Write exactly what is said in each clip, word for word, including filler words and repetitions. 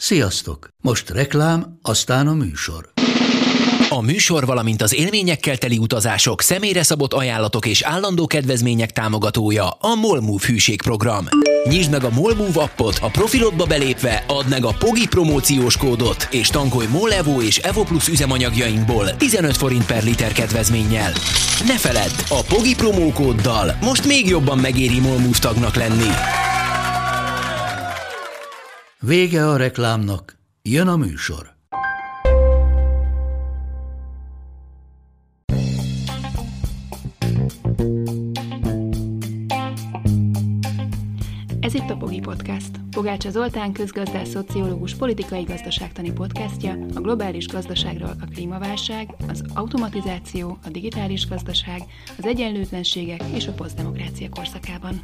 Sziasztok! Most reklám, aztán a műsor. A műsor, valamint az élményekkel teli utazások, személyre szabott ajánlatok és állandó kedvezmények támogatója a MOLMOVE hűségprogram. Nyisd meg a MOLMOVE appot, a profilodba belépve add meg a Pogi promóciós kódot, és tankolj MOL Evo és Evo Plus üzemanyagjainkból tizenöt forint per liter kedvezménnyel. Ne feledd, a Pogi promókóddal most még jobban megéri MOLMOVE tagnak lenni. Vége a reklámnak, jön a műsor. Ez itt a Pogi Podcast. Pogácsa Zoltán közgazdász, szociológus, politikai gazdaságtani podcastja a globális gazdaságról, a klímaválság, az automatizáció, a digitális gazdaság, az egyenlőtlenségek és a posztdemokrácia korszakában.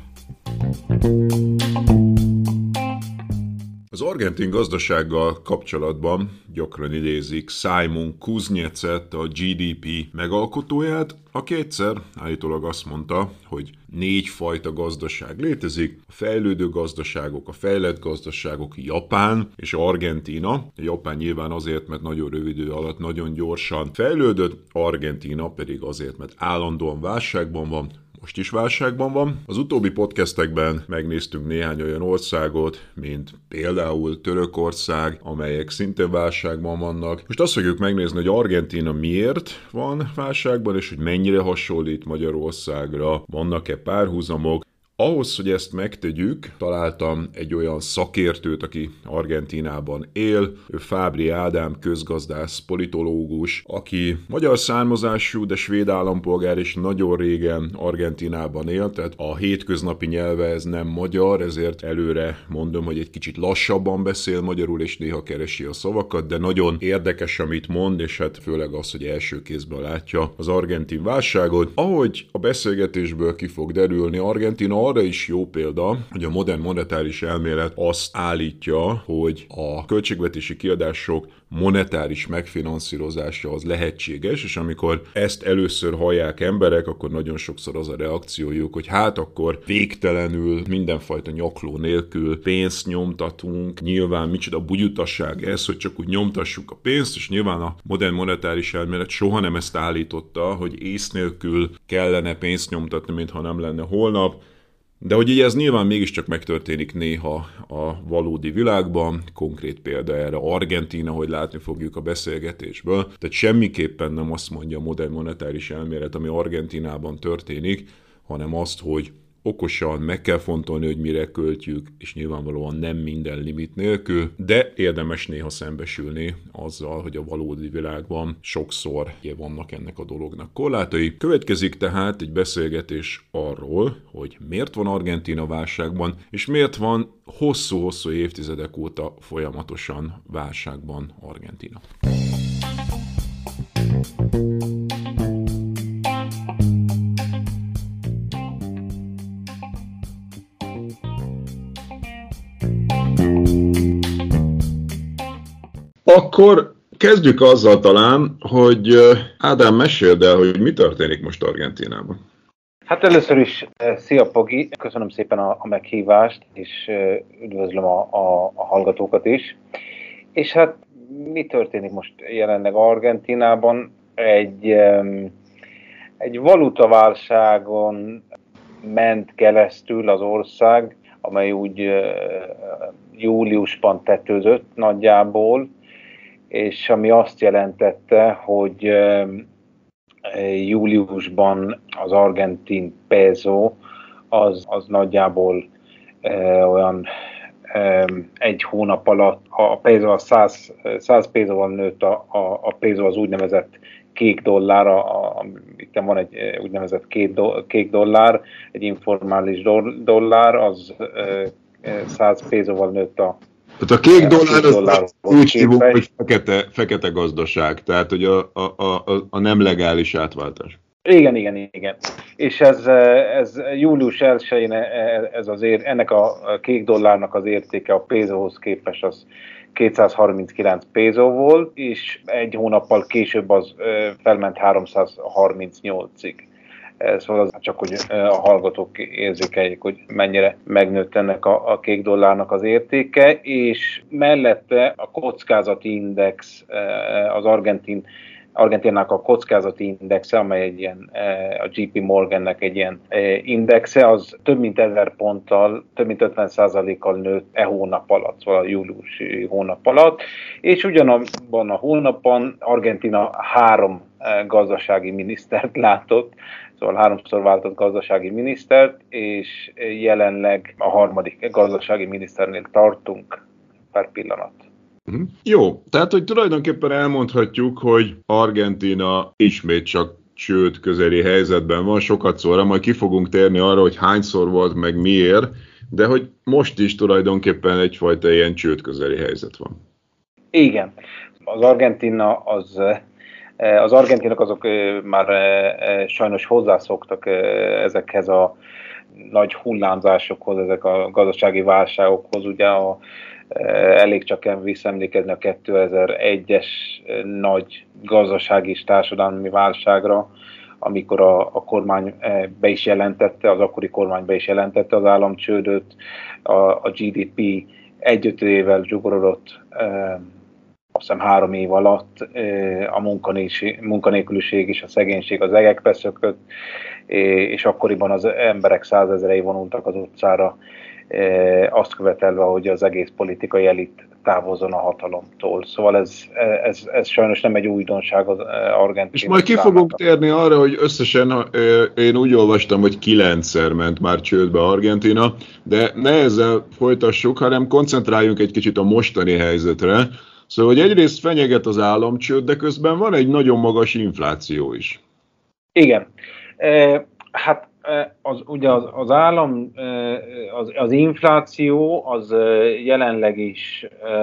Az argentin gazdasággal kapcsolatban gyakran idézik Simon Kuznecet, a gé dé pé megalkotóját, aki egyszer állítólag azt mondta, hogy négy fajta gazdaság létezik: a fejlődő gazdaságok, a fejlett gazdaságok, Japán és Argentína. A Japán nyilván azért, mert nagyon rövid idő alatt nagyon gyorsan fejlődött, Argentína pedig azért, mert állandóan válságban van. Most is válságban van. Az utóbbi podcastekben megnéztünk néhány olyan országot, mint például Törökország, amelyek szintén válságban vannak. Most azt fogjuk megnézni, hogy Argentína miért van válságban, és hogy mennyire hasonlít Magyarországra, vannak-e párhuzamok. Ahhoz, hogy ezt megtegyük, találtam egy olyan szakértőt, aki Argentínában él, ő Fábri Ádám, közgazdász, politológus, aki magyar származású, de svéd állampolgár, és nagyon régen Argentínában él, tehát a hétköznapi nyelve ez nem magyar, ezért előre mondom, hogy egy kicsit lassabban beszél magyarul, és néha keresi a szavakat, de nagyon érdekes, amit mond, és hát főleg az, hogy első kézből látja az argentin válságot. Ahogy a beszélgetésből ki fog derülni, Argentína arra is jó példa, hogy a modern monetáris elmélet azt állítja, hogy a költségvetési kiadások monetáris megfinanszírozása az lehetséges, és amikor ezt először hallják emberek, akkor nagyon sokszor az a reakciójuk, hogy hát akkor végtelenül, mindenfajta nyakló nélkül pénzt nyomtatunk, nyilván micsoda bugyutasság ez, hogy csak úgy nyomtassuk a pénzt, és nyilván a modern monetáris elmélet soha nem ezt állította, hogy ész nélkül kellene pénzt nyomtatni, mintha nem lenne holnap. De hogy így ez nyilván mégiscsak megtörténik néha a valódi világban, konkrét példa erre Argentína, hogy látni fogjuk a beszélgetésből. Tehát semmiképpen nem azt mondja a modern monetáris elmélet, ami Argentínában történik, hanem azt, hogy okosan meg kell fontolni, hogy mire költjük, és nyilvánvalóan nem minden limit nélkül, de érdemes néha szembesülni azzal, hogy a valódi világban sokszor vannak ennek a dolognak korlátai. Következik tehát egy beszélgetés arról, hogy miért van Argentína válságban, és miért van hosszú-hosszú évtizedek óta folyamatosan válságban Argentína. Akkor kezdjük azzal talán, hogy Ádám, meséld el, hogy mi történik most Argentínában. Hát először is szia Pogi, köszönöm szépen a, a meghívást, és üdvözlöm a, a, a hallgatókat is. És hát mi történik most jelenleg Argentínában? Egy, egy valutaválságon ment keresztül az ország, amely úgy júliusban tetőzött nagyjából, és ami azt jelentette, hogy júliusban az argentin peso az, az nagyjából olyan egy hónap alatt, a peso a száz, száz pézóval nőtt, a, a, a peso az úgynevezett kék dollár, a, a, itt van egy úgynevezett kék, do, kék dollár, egy informális dollár, az száz pézóval nőtt a Tehát a kék dollár, dollár az úgy hívjuk, hogy fekete, fekete gazdaság, tehát hogy a, a, a, a nem legális átváltás. Igen, igen, igen. És ez, ez július elsején ez az ér, ennek a kék dollárnak az értéke a pézóhoz képest az kétszázharminckilenc pézó volt, és egy hónappal később az felment háromszázharmincnyolcig. Szóval az csak, hogy a hallgatók érzékeljék, hogy mennyire megnőtt ennek a, a kék dollárnak az értéke, és mellette a kockázati index, az argentin Argentinnak a kockázati indexe, amely egy ilyen, a gé pé Morgannek egy ilyen indexe, az több mint ezer ponttal, több mint ötven százalékkal nőtt e hónap alatt, szóval a júliusi hónap alatt, és ugyanabban a hónapban Argentina három gazdasági minisztert látott, szóval háromszor váltott gazdasági minisztert, és jelenleg a harmadik gazdasági miniszternél tartunk per pillanat. Jó, tehát hogy tulajdonképpen elmondhatjuk, hogy Argentína ismét csak csőd közeli helyzetben van, sokat szóra, majd ki fogunk térni arra, hogy hányszor volt, meg miért, de hogy most is tulajdonképpen egyfajta ilyen csőd közeli helyzet van. Igen, az Argentina az... Az argentinok azok már sajnos hozzászoktak ezekhez a nagy hullámzásokhoz, ezek a gazdasági válságokhoz, ugye a elég csak visszaemlékezni a kétezer-egyes nagy gazdasági és társadalmi válságra, amikor a, a kormány be is jelentette, az akkori kormány be is jelentette az államcsődöt, a, a gé dé pé egy-öt évvel zsugorodott, azt hiszem három év alatt a munkanélküliség és a szegénység az egekbe szökött, és akkoriban az emberek százezrei vonultak az utcára, azt követelve, hogy az egész politikai elit távozzon a hatalomtól. Szóval ez, ez, ez sajnos nem egy újdonság az Argentin. És majd ki fogunk térni arra, hogy összesen én úgy olvastam, hogy kilencszer ment már csődbe Argentina, de ne ezzel folytassuk, hanem koncentráljunk egy kicsit a mostani helyzetre. Szóval, hogy egyrészt fenyeget az államcsőd, de közben van egy nagyon magas infláció is. Igen. E, hát az, ugye az, az állam, az, az infláció az jelenleg is e,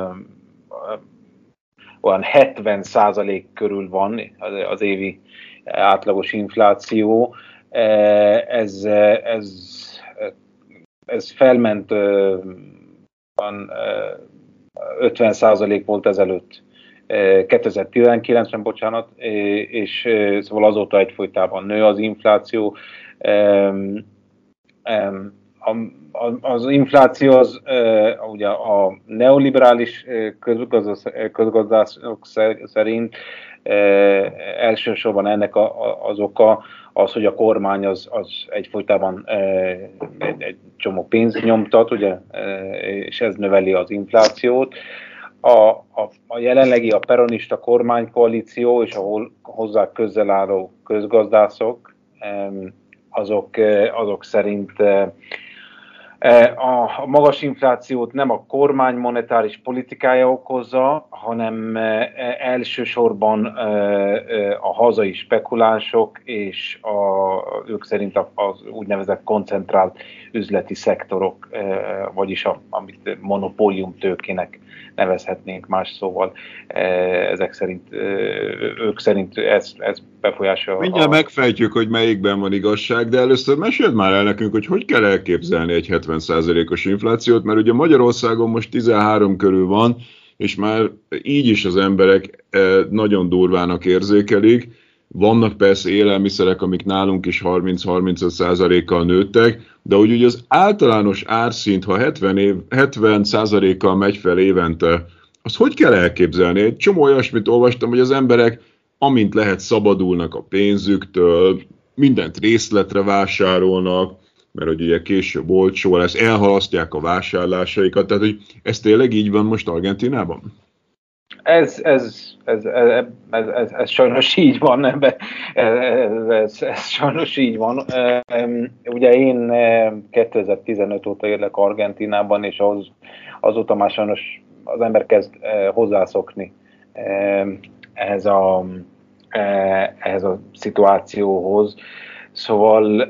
olyan hetven százalék körül van az évi átlagos infláció. Ez, ez, ez felment van, ötven százalék volt ezelőtt, kétezer-tizenkilencben, bocsánat, és szóval azóta egyfolytában nő az infláció. Az infláció az ugye a neoliberális közgazdászok szerint elsősorban ennek az oka az, hogy a kormány az, az egyfolytában egy, egy csomó pénzt nyomtat, ugye, és ez növeli az inflációt. A, a, a jelenlegi a peronista kormánykoalíció és a hozzá közel álló közgazdászok, azok, azok szerint a magas inflációt nem a kormány monetáris politikája okozza, hanem elsősorban a hazai spekulánsok és a, ők szerint az úgynevezett koncentrált üzleti szektorok, vagyis a, amit monopóliumtőkének nevezhetnénk más szóval. Ezek szerint, ők szerint ez, ez befolyásolja. Mindjárt a... megfejtjük, hogy melyikben van igazság, de először meséld már el nekünk, hogy hogy kell elképzelni egy hetven százalékos inflációt, mert ugye Magyarországon most tizenhárom körül van, és már így is az emberek nagyon durvának érzékelik. Vannak persze élelmiszerek, amik nálunk is harminc-harmincöt százalékkal nőttek, de úgy ugye az általános árszint, ha hetven, év, hetven százalékkal megy fel évente, azt hogy kell elképzelni? Egy csomó olyasmit olvastam, hogy az emberek amint lehet szabadulnak a pénzüktől, mindent részletre vásárolnak, mert hogy ugye később olcsó lesz, elhalasztják a vásárlásaikat, tehát hogy ez tényleg így van most Argentínában? Ez, ez, ez, ez, ez, ez, ez sajnos így van, ez, ez, ez sajnos így van. Ugye én kétezer-tizenöt óta élek Argentínában, és az, azóta már sajnos az ember kezd hozzászokni ehhez a, ehhez a szituációhoz. Szóval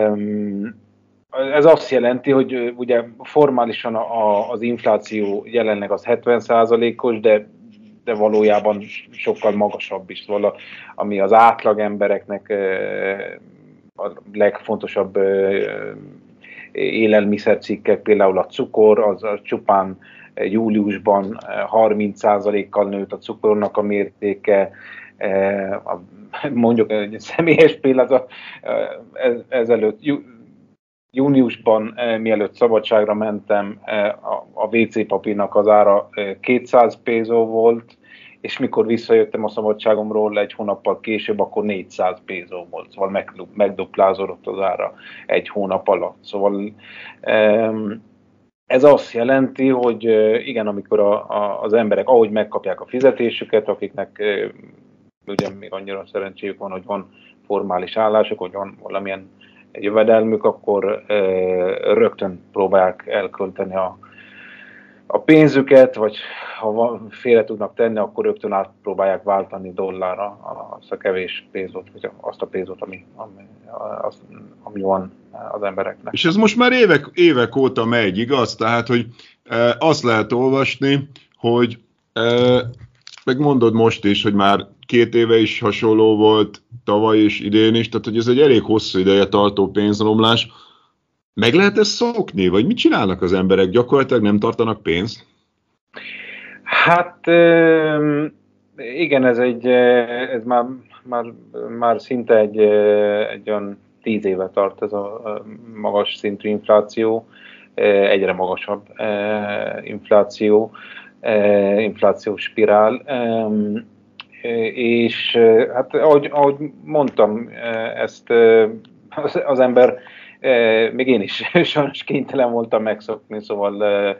ez azt jelenti, hogy ugye formálisan az infláció jelenleg az hetven százalékos, de, de valójában sokkal magasabb is. Szóval ami az átlag embereknek a legfontosabb élelmiszercikkek, például a cukor, az a csupán júliusban harminc százalékkal nőtt a cukornak a mértéke, a mondjuk egy személyes példa, ezelőtt júniusban, mielőtt szabadságra mentem, a vé cé papírnak az ára kétszáz pézó volt, és mikor visszajöttem a szabadságomról egy hónappal később, akkor négyszáz pézó volt, szóval megduplázódott az ára egy hónap alatt. Szóval ez azt jelenti, hogy igen, amikor a, a, az emberek ahogy megkapják a fizetésüket, akiknek ugye még annyira szerencséjük van, hogy van formális állások, hogy van valamilyen jövedelmük, akkor e, rögtön próbálják elkölteni a, a pénzüket, vagy ha van, félre tudnak tenni, akkor rögtön átpróbálják váltani dollárra azt a kevés pénzot, vagy azt a pénzot, ami, ami, az, ami van az embereknek. És ez most már évek, évek óta megy, igaz? Tehát, hogy e, azt lehet olvasni, hogy e, meg mondod most is, hogy már két éve is hasonló volt, tavaly és idén is, tehát hogy ez egy elég hosszú ideje tartó pénzromlás. Meg lehet ezt szokni, vagy mit csinálnak az emberek? Gyakorlatilag nem tartanak pénzt? Hát igen, ez egy, ez már, már, már szinte egy, egy olyan tíz éve tart ez a magas szintű infláció, egyre magasabb infláció, inflációs spirál. És hát ahogy, ahogy mondtam, ezt az, az ember, még én is sajnos kénytelen voltam megszokni, szóval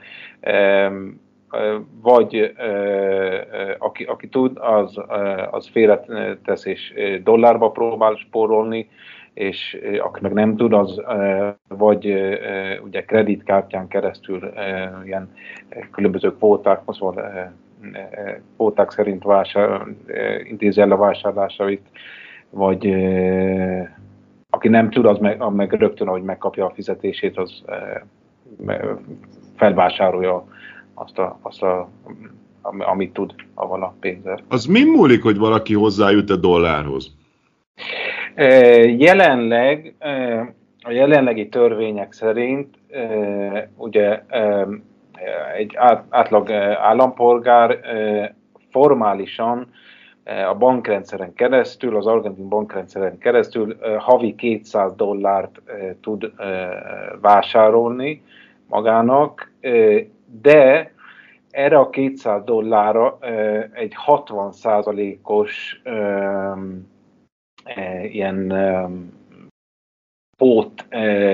vagy aki, aki tud, az, az félretesz és dollárba próbál spórolni, és aki meg nem tud, az vagy ugye kreditkártyán keresztül ilyen különböző kvóták, szóval kvóták szerint vásár, intézi el a vásárlásait, vagy aki nem tud, az meg, meg rögtön, ahogy megkapja a fizetését, az felvásárolja azt, a, azt a, amit tud avval a pénzzel. Az mi múlik, hogy valaki hozzájut a dollárhoz? Jelenleg, a jelenlegi törvények szerint ugye egy átlag állampolgár formálisan a bankrendszeren keresztül, az argentin bankrendszeren keresztül havi kétszáz dollárt tud vásárolni magának, de erre a kétszáz dollárra egy hatvan százalékos ilyen pót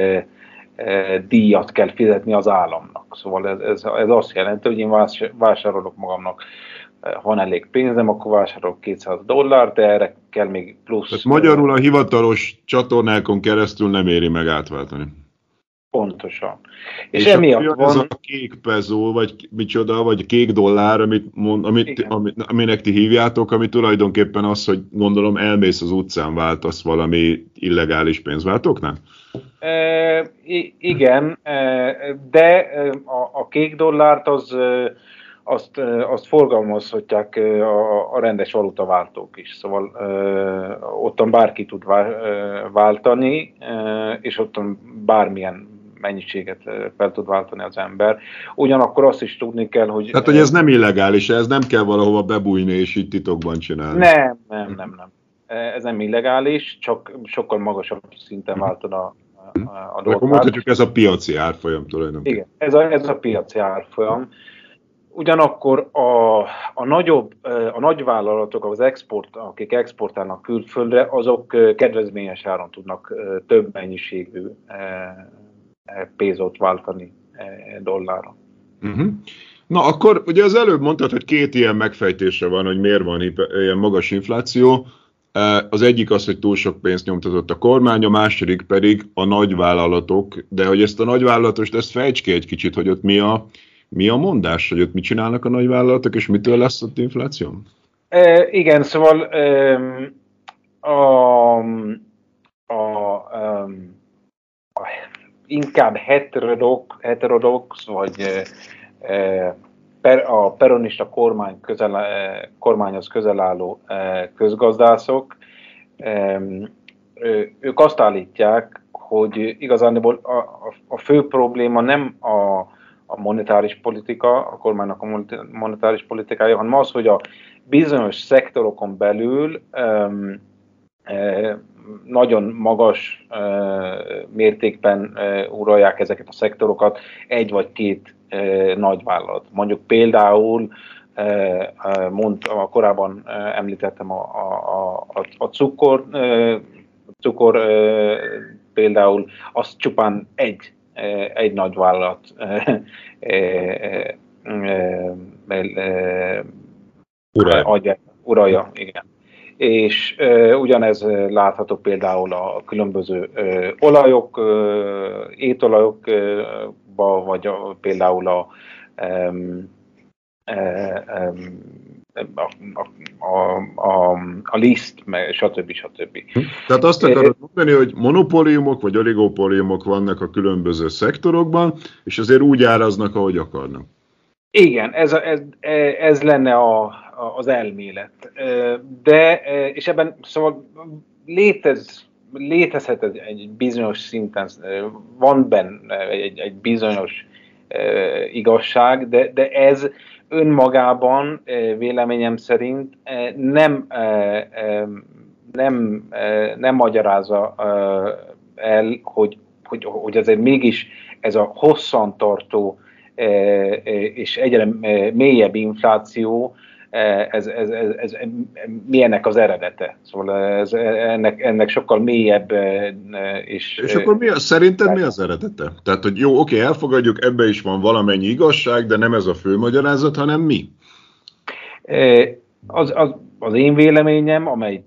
díjat kell fizetni az államnak. Szóval ez, ez, ez azt jelenti, hogy én vásárolok magamnak, ha van elég pénzem, akkor vásárolok kétszáz dollárt, de erre kell még plusz. Tehát magyarul a hivatalos csatornákon keresztül nem éri meg átváltani. Pontosan. És, és emiatt van... Ez a kék pezó, vagy micsoda, vagy kék dollár, amit, mond, amit, amit, aminek ti hívjátok, ami tulajdonképpen az, hogy gondolom elmész az utcán, váltasz valami illegális pénzváltóknál? E, igen, de a, a kék dollárt az, azt, azt forgalmazhatják a, a rendes valutaváltók is. Szóval ottan bárki tud váltani, és ottan bármilyen mennyiséget fel tud váltani az ember. Ugyanakkor azt is tudni kell, hogy... Tehát, hogy ez nem illegális, ez nem kell valahova bebújni és így titokban csinálni. Nem, nem, nem, nem. Ez nem illegális, csak sokkal magasabb szinten váltod a, a dolgot. Akkor mondhatjuk, ez a piaci árfolyam tulajdonképpen. Igen, ez a, ez a piaci árfolyam. Ugyanakkor a, a nagyobb, a nagyvállalatok, az export, akik exportálnak külföldre, azok kedvezményes áron tudnak több mennyiségű pénzot váltani dollárra. Uh-huh. Na akkor ugye az előbb mondtad, hogy két ilyen megfejtése van, hogy miért van ilyen magas infláció. Az egyik az, hogy túl sok pénzt nyomtatott a kormány, a második pedig a nagyvállalatok. De hogy ezt a nagyvállalatost, ezt fejts ki egy kicsit, hogy ott mi a, mi a mondás, hogy ott mit csinálnak a nagyvállalatok, és mitől lesz ott infláció? E, igen, szóval e, a, a, a, a inkább heterodox, heterodox vagy e, per, a peronista kormány közel, kormányhoz közel álló közgazdászok, ők azt állítják, hogy igazából a, a, a fő probléma nem a, a monetáris politika, a kormánynak a monetáris politikája, hanem az, hogy a bizonyos szektorokon belül um, nagyon magas mértékben uralják ezeket a szektorokat egy vagy két nagyvállalat. Mondjuk például, mond, korábban említettem a, a, a, a cukor, cukor például, az csupán egy, egy nagyvállalat uralja. uralja, igen. És e, ugyanez látható például a különböző e, olajok, e, étolajokba, vagy a, például a, e, e, a, a, a, a liszt, stb. stb. Tehát azt akarod mondani, hogy monopóliumok vagy oligopóliumok vannak a különböző szektorokban, és azért úgy áraznak, ahogy akarnak. Igen, ez, a, ez, ez lenne a, az elmélet. De, és ebben szóval létez, létezhet egy bizonyos szinten, van benne egy, egy bizonyos igazság, de, de ez önmagában véleményem szerint nem, nem, nem magyarázza el, hogy, hogy, hogy azért mégis ez a hosszantartó és egyre mélyebb infláció, ez, ez, ez, ez milyennek az eredete. Szóval ez, ennek, ennek sokkal mélyebb. És, és akkor mi, szerinted mi az eredete? Tehát, hogy jó, oké, elfogadjuk, ebbe is van valamennyi igazság, de nem ez a fő magyarázat, hanem mi? Az, az, az én véleményem, amely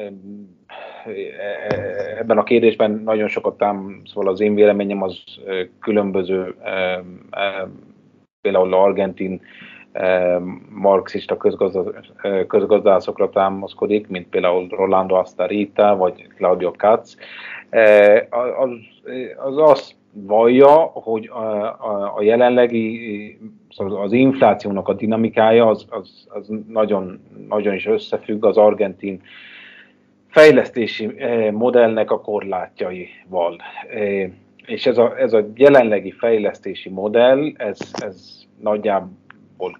ebben a kérdésben nagyon sokat tám, szóval az én véleményem az különböző, például argentin marxista közgazdászokra támaszkodik, mint például Rolando Astarita vagy Claudio Katz. Az, az azt vallja, hogy a, a, a jelenlegi, szóval az inflációnak a dinamikája az, az, az nagyon, nagyon is összefügg az argentin fejlesztési modellnek a korlátjaival. És ez a, ez a jelenlegi fejlesztési modell, ez, ez nagyjából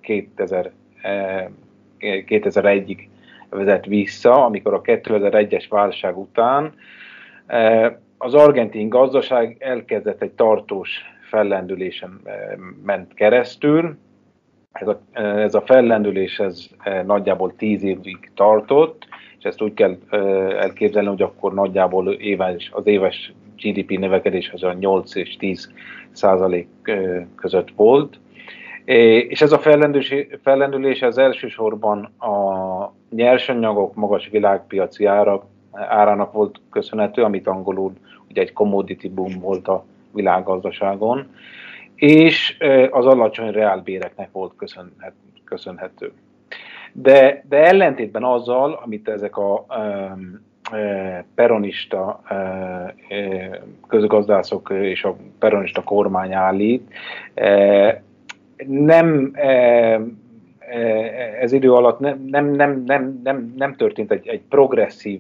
kétezer-egyig vezet vissza, amikor a kétezer-egyes válság után az argentin gazdaság elkezdett egy tartós fellendülésen ment keresztül. Ez a, ez a fellendülés ez nagyjából tíz évig tartott, és ezt úgy kell elképzelni, hogy akkor nagyjából éves, az éves gé dé pé növekedés az a nyolc és tíz százalék között volt. És ez a fellendülés, fellendülés az elsősorban a nyersanyagok magas világpiaci ára, árának volt köszönhető, amit angolul ugye egy commodity boom volt a világgazdaságon, és az alacsony reálbéreknek volt köszönhető. De, de ellentétben azzal, amit ezek a peronista közgazdászok és a peronista kormány állít, nem, ez idő alatt nem, nem, nem, nem, nem, nem történt egy, egy progresszív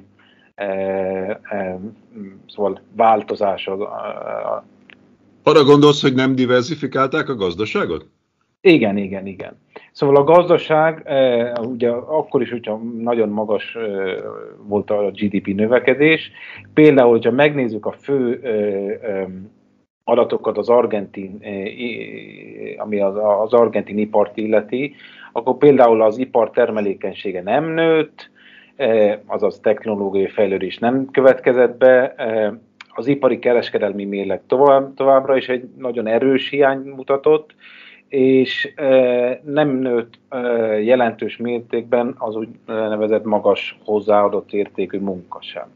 szóval változás. Arra gondolsz, hogy nem diversifikálták a gazdaságot? Igen, igen, igen. Szóval a gazdaság, ugye akkor is, hogyha nagyon magas volt a gé dé pé növekedés, például, hogyha megnézzük a fő adatokat az argentin, ami az, az argentin ipart illeti, akkor például az ipar termelékenysége nem nőtt, azaz technológiai fejlődés nem következett be, az ipari kereskedelmi mérleg tovább, továbbra is egy nagyon erős hiány mutatott, és nem nőtt jelentős mértékben az úgynevezett magas hozzáadott értékű munka sem.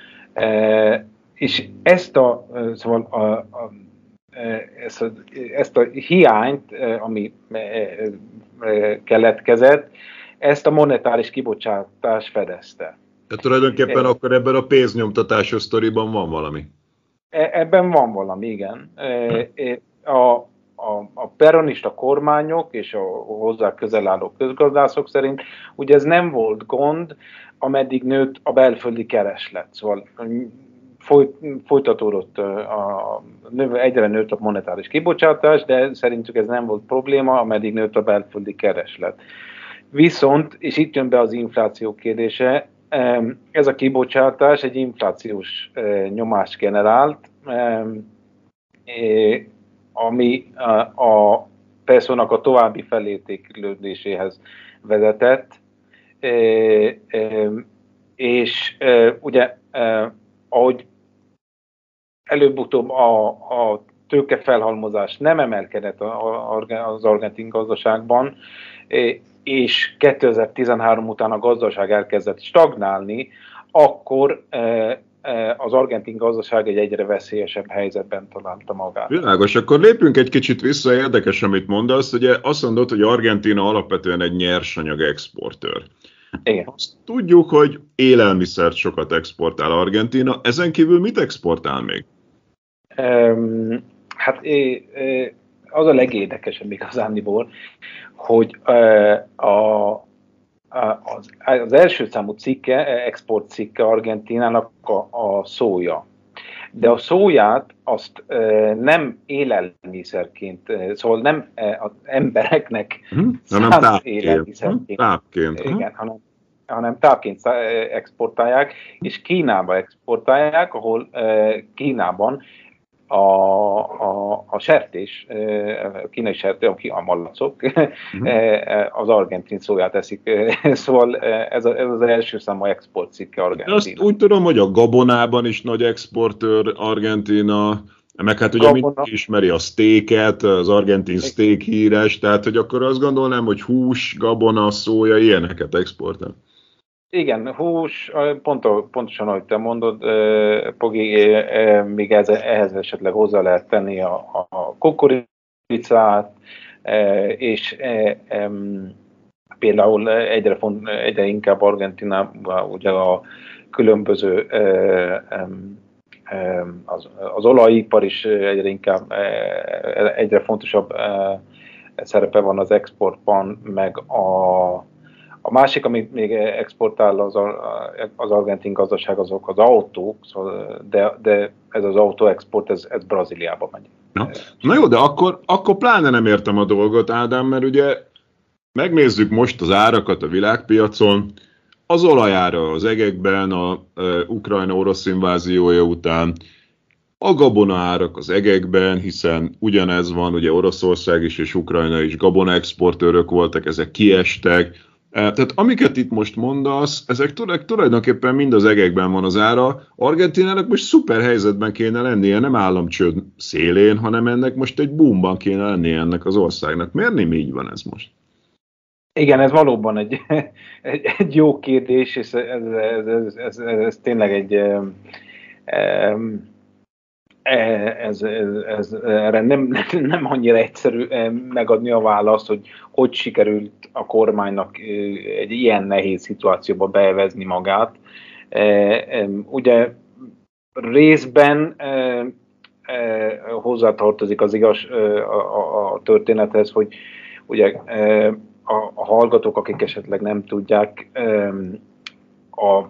És ezt a, szóval a, a, ezt, a, ezt a hiányt, ami keletkezett, ezt a monetáris kibocsátás fedezte. Tehát tulajdonképpen e, akkor ebben a pénznyomtatásos sztoriban van valami? Ebben van valami, igen. A, a, a peronista kormányok és a hozzá közel álló közgazdászok szerint ugye ez nem volt gond, ameddig nőtt a belföldi kereslet. Szóval Foly, folytatódott, a, egyre nőtt a monetáris kibocsátás, de szerintük ez nem volt probléma, ameddig nőtt a belföldi kereslet. Viszont, és itt jön be az infláció kérdése, ez a kibocsátás egy inflációs nyomást generált, ami a peso-nak a további felértékelődéséhez vezetett, és ugye ahogy előbb-utóbb a, a tőkefelhalmozás nem emelkedett az argentin gazdaságban, és kétezer-tizenhárom után a gazdaság elkezdett stagnálni, akkor az argentin gazdaság egy egyre veszélyesebb helyzetben találta magát. Világos, akkor lépjünk egy kicsit vissza, érdekes, amit mondasz. Ugye azt mondod, hogy Argentína alapvetően egy nyersanyag exportőr. Igen. Azt tudjuk, hogy élelmiszert sokat exportál Argentína, ezen kívül mit exportál még? Um, hát az a legérdekesebb igazániból, hogy a, az, az első számú cikke, export cikke Argentínának a, a szója. De a szóját azt e, nem élelmiszerként, szóval nem az embereknek hmm, szánt élelmiszerként, tápként. Igen, hanem, hanem tápként exportálják, és Kínába exportálják, ahol e, Kínában a, a, a sertés, a kínai sertés, a malacok, az argentin szóját eszik. Szóval ez, a, ez az első számú exportcikke Argentína. Azt úgy tudom, hogy a gabonában is nagy exportőr Argentína, meg hát ugye Gabona. mindenki ismeri a steaket, az argentin steak híres, tehát hogy akkor azt gondolnám, hogy hús, gabona, szója, ilyeneket exportál. Igen, hús, pont, pontosan ahogy te mondod, Pogi, még ez, ehhez esetleg hozzá lehet tenni a, a kukoricát, és például egyre, font, egyre inkább Argentinában ugye a különböző az, az olajipar is egyre inkább egyre fontosabb szerepe van az exportban, meg a A másik, amit még exportál az, az argentin gazdaság, azok az autók, de, de ez az autóexport, ez, ez Brazíliába megy. Na, Na jó, de akkor, akkor pláne nem értem a dolgot, Ádám, mert ugye megnézzük most az árakat a világpiacon, az olajára az egekben, a, a Ukrajna-orosz inváziója után, a gabona árak az egekben, hiszen ugyanez van, ugye Oroszország is és Ukrajna is gabona exportőrök voltak, ezek kiestek. Tehát amiket itt most mondasz, ezek tulajdonképpen mind az egekben van az ára. Argentínának most szuper helyzetben kéne lennie, nem államcsőd szélén, hanem ennek most egy boomban kéne lennie ennek az országnak. Miért nem így van ez most? Igen, ez valóban egy, egy, egy jó kérdés, és ez, ez, ez, ez, ez, ez tényleg egy... Ez, ez, ez, erre nem, nem annyira egyszerű megadni a választ, hogy hogy sikerült a kormánynak egy ilyen nehéz szituációba bevezni magát. Ugye részben hozzátartozik az igaz a, a történethez, hogy ugye a, a hallgatók, akik esetleg nem tudják, a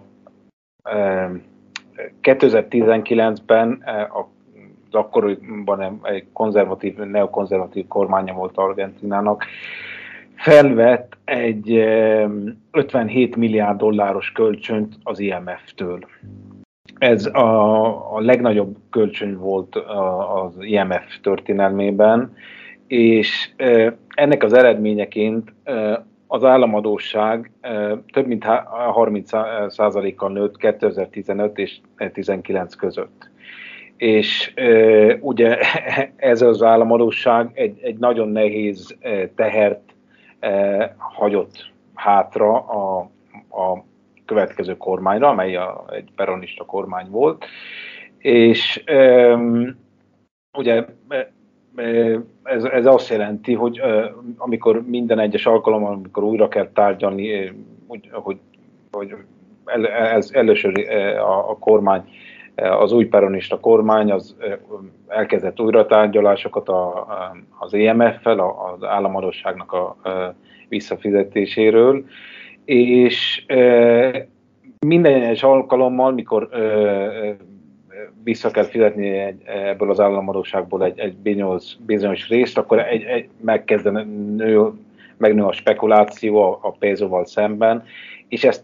kétezer-tizenkilencben a az akkoriban egy konzervatív, neokonzervatív kormánya volt Argentínának, felvett egy ötvenhét milliárd dolláros kölcsönt az I M F-től. Ez a, a legnagyobb kölcsön volt az I M F történelmében, és ennek az eredményeként az államadósság több mint harminc százalékkal nőtt kétezer-tizenöt és tizenkilenc között. És e, ugye ez az államadósság egy, egy nagyon nehéz e, tehert e, hagyott hátra a, a következő kormányra, amely a, egy peronista kormány volt. És e, ugye e, ez, ez azt jelenti, hogy e, amikor minden egyes alkalommal, amikor újra kell tárgyalni, e, úgy, hogy, hogy el, ez először e, a, a kormány, az új peronista kormány az elkezdett újratárgyalásokat az I M F-fel, az államadósságnak a visszafizetéséről, és minden egyes alkalommal, mikor vissza kell fizetni egy, ebből az államadósságból egy, egy bizonyos, bizonyos részt, akkor egy, egy megkezdene nő, megnő a spekuláció a, a pénzóval szemben, és ezt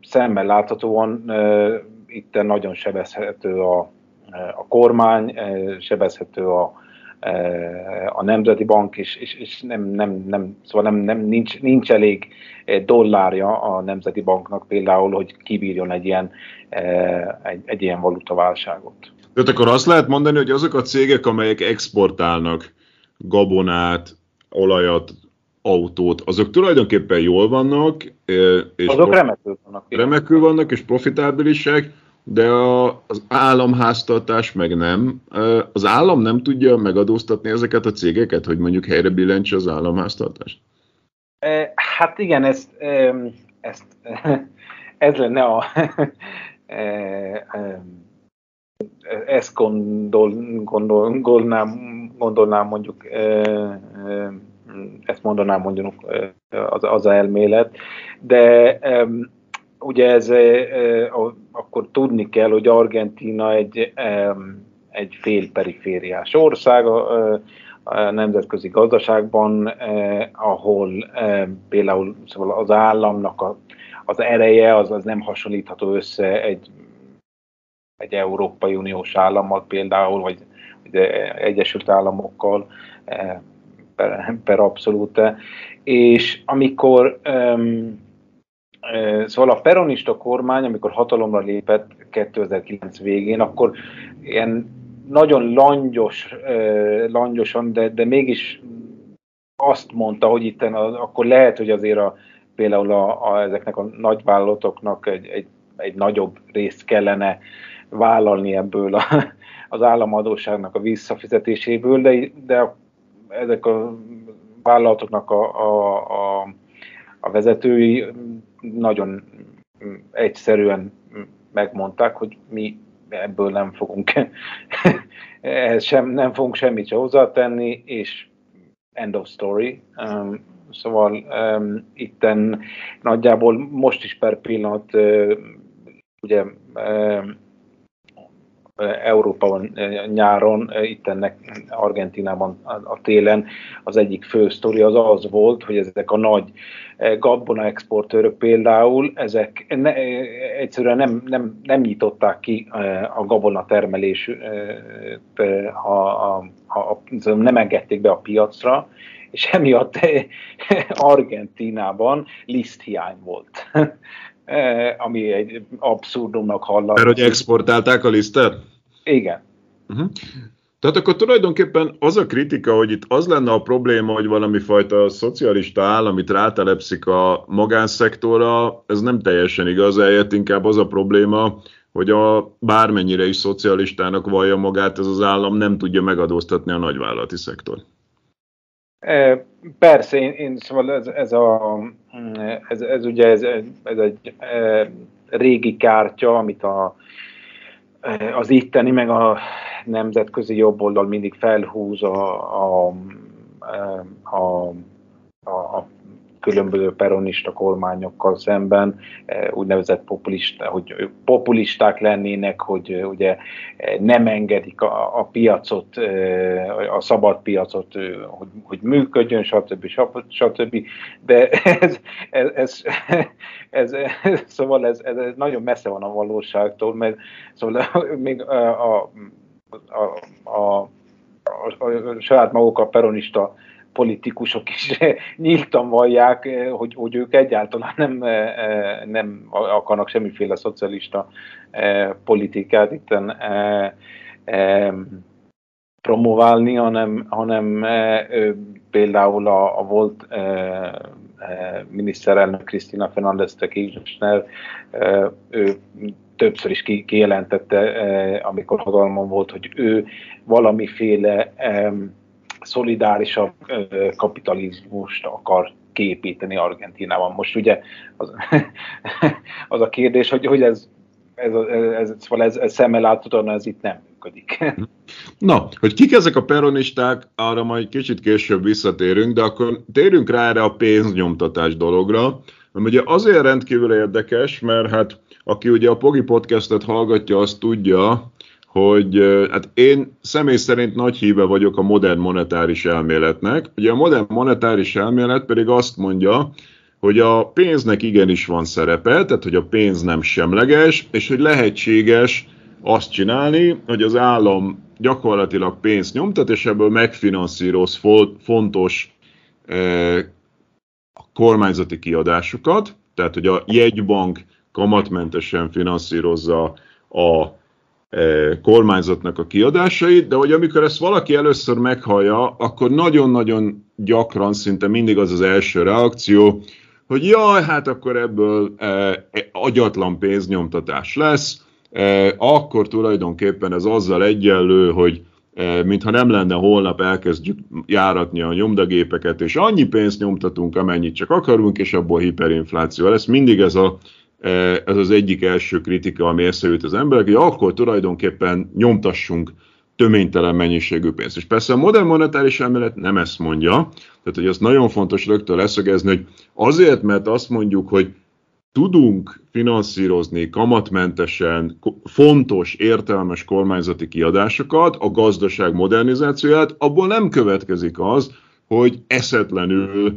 szemmel láthatóan itt nagyon sebezhető a, a kormány, sebezhető a, a Nemzeti Bank, és, és, és nem, nem, nem, szóval nem, nem, nincs, nincs elég dollárja a Nemzeti Banknak például, hogy kibírjon egy ilyen, egy, egy ilyen valutaválságot. Tehát akkor azt lehet mondani, hogy azok a cégek, amelyek exportálnak gabonát, olajat, autót, azok tulajdonképpen jól vannak, és azok remekül vannak. Remekül vannak, és profitábilisek, de a, az államháztartás meg nem. Az állam nem tudja megadóztatni ezeket a cégeket, hogy mondjuk helyre billentse az államháztartást? Hát igen, ezt, ezt, ez lenne a... Ezt gondol, gondol, gondolnám, gondolnám mondjuk, ezt mondanám mondjuk az, az elmélet, de ugye ez akkor tudni kell, hogy Argentína egy, egy félperifériás ország a nemzetközi gazdaságban, ahol például szóval az államnak a, az ereje az, az nem hasonlítható össze egy egy Európai Uniós állammal például, vagy Egyesült Államokkal per, per abszolút. És amikor um, szóval a peronista kormány, amikor hatalomra lépett kétezer-kilenc végén, akkor ilyen nagyon langyos, langyosan, de, de mégis azt mondta, hogy itt akkor lehet, hogy azért a, például a, a, ezeknek a nagyvállalatoknak egy, egy, egy nagyobb részt kellene vállalni ebből a, az államadósságnak a visszafizetéséből, de, de ezek a vállalatoknak a, a, a, a vezetői nagyon egyszerűen megmondták, hogy mi ebből nem fogunk ehhez sem, nem fogunk semmit se hozzátenni, és end of story. Um, szóval um, itten nagyjából most is per pillanat uh, ugye um, Európában nyáron, itt ennek Argentínában a télen az egyik fő sztori az az volt, hogy ezek a nagy gabona exportőrök például, ezek ne, egyszerűen nem, nem, nem nyitották ki a gabona termelés, a, a, a, nem engedték be a piacra, és emiatt Argentínában liszthiány volt. Ami egy abszurdumnak hallatszik. Mert hogy exportálták a lisztet? Igen. Uh-huh. Tehát akkor tulajdonképpen az a kritika, hogy itt az lenne a probléma, hogy valami fajta szocialista állam, amit rátelepszik a magánszektorra, ez nem teljesen igaz, eljött inkább az a probléma, hogy a bármennyire is szocialistának vallja magát, ez az állam nem tudja megadóztatni a nagyvállalati szektort. Persze, én, én szóval ez, ez, a, ez, ez ugye ez, ez egy régi kártya, amit a, az itteni, meg a nemzetközi jobboldal mindig felhúz a, a, a, a, a különböző peronista kormányokkal szemben, úgynevezett populista, hogy populisták lennének, hogy ugye nem engedik a, a piacot, a szabad piacot, hogy, hogy működjön, stb. stb. De ez, ez, ez, ez, ez, szóval ez, ez nagyon messze van a valóságtól, mert szóval még a, a, a, a, a, a saját maguk a peronista politikusok is nyíltan vallják, hogy, hogy ők egyáltalán nem, nem akarnak semmiféle szocialista politikát itten promoválni, hanem, hanem például a, a volt miniszterelnök Cristina Fernández de Kirchner, ő többször is kijelentette, amikor hatalmon volt, hogy ő valamiféle szolidárisabb kapitalizmust akar kiépíteni Argentínában. Most ugye az, az a kérdés, hogy, hogy ez, ez, ez, ez, ez szemmel láthatóan ez itt nem működik. Na, hogy kik ezek a peronisták, arra majd kicsit később visszatérünk, de akkor térjünk rá erre a pénznyomtatás dologra, mert ugye azért rendkívül érdekes, mert hát aki ugye a Pogi Podcastet hallgatja, azt tudja, hogy hát én személy szerint nagy híve vagyok a modern monetáris elméletnek. Ugye a modern monetáris elmélet pedig azt mondja, hogy a pénznek igenis van szerepe, tehát hogy a pénz nem semleges, és hogy lehetséges azt csinálni, hogy az állam gyakorlatilag pénzt nyomtat, és ebből megfinanszíroz fontos eh, kormányzati kiadásokat, tehát hogy a jegybank kamatmentesen finanszírozza a e, kormányzatnak a kiadásait, de hogy amikor ezt valaki először meghallja, akkor nagyon-nagyon gyakran, szinte mindig az az első reakció, hogy jaj, hát akkor ebből e, agyatlan pénznyomtatás lesz, e, akkor tulajdonképpen ez azzal egyenlő, hogy e, mintha nem lenne holnap elkezdjük járatni a nyomdagépeket, és annyi pénzt nyomtatunk, amennyit csak akarunk, és abból hiperinfláció lesz. Mindig ez a Ez az egyik első kritika, ami eszébe jut az emberek, hogy akkor tulajdonképpen nyomtassunk töménytelen mennyiségű pénzt. És persze a modern monetáris elmélet nem ezt mondja, tehát hogy az nagyon fontos rögtön leszögezni, hogy azért, mert azt mondjuk, hogy tudunk finanszírozni kamatmentesen fontos, értelmes kormányzati kiadásokat, a gazdaság modernizációját, abból nem következik az, hogy eszetlenül,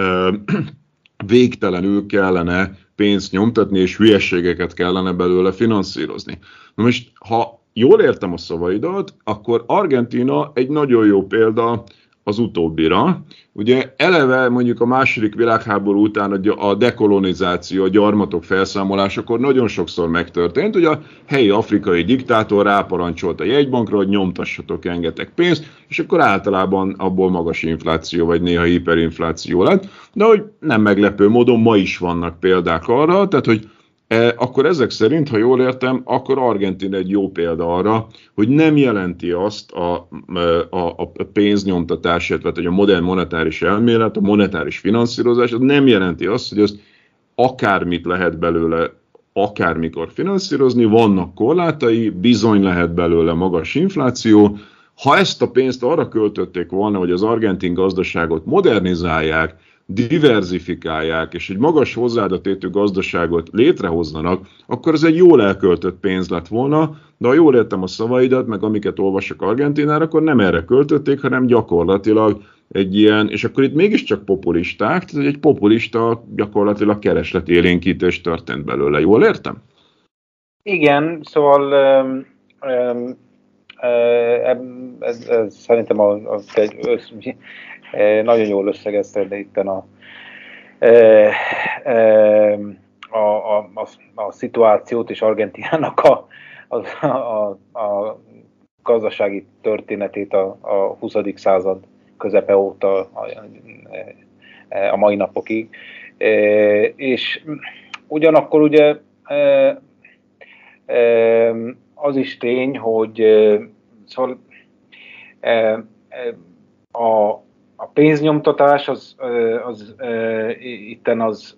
végtelenül kellene pénzt nyomtatni, és hülyeségeket kellene belőle finanszírozni. Na most, ha jól értem a szavaidat, akkor Argentína egy nagyon jó példa az utóbbira. Ugye eleve mondjuk a második világháború után a dekolonizáció, a gyarmatok felszámolásakor nagyon sokszor megtörtént, hogy a helyi afrikai diktátor ráparancsolt a jegybankra, hogy nyomtassatok rengeteg pénzt, és akkor általában abból magas infláció, vagy néha hiperinfláció lett. De hogy nem meglepő módon ma is vannak példák arra, tehát hogy E, akkor ezek szerint, ha jól értem, akkor Argentína egy jó példa arra, hogy nem jelenti azt a, a, a pénznyomtatás, illetve hogy a modern monetáris elmélet, a monetáris finanszírozás, az nem jelenti azt, hogy ezt akármit lehet belőle akármikor finanszírozni, vannak korlátai, bizony lehet belőle magas infláció. Ha ezt a pénzt arra költötték volna, hogy az argentin gazdaságot modernizálják, diverzifikálják, és egy magas hozzáadatétű gazdaságot létrehozzanak, akkor ez egy jól elköltött pénz lett volna, de ha jól értem a szavaidat, meg amiket olvasok Argentínára, akkor nem erre költötték, hanem gyakorlatilag egy ilyen, és akkor itt mégiscsak populisták, tehát egy populista gyakorlatilag keresletélénkítés történt belőle. Jól értem? Igen, szóval um, um, ez, ez szerintem az, az egy össz, nagyon jól összegezted itt a, a, a, a, a szituációt és Argentínának a, a, a, a gazdasági történetét a, a huszadik század közepe óta a, a mai napokig. És ugyanakkor ugye az is tény, hogy szóval a A pénznyomtatás az, az, az itten az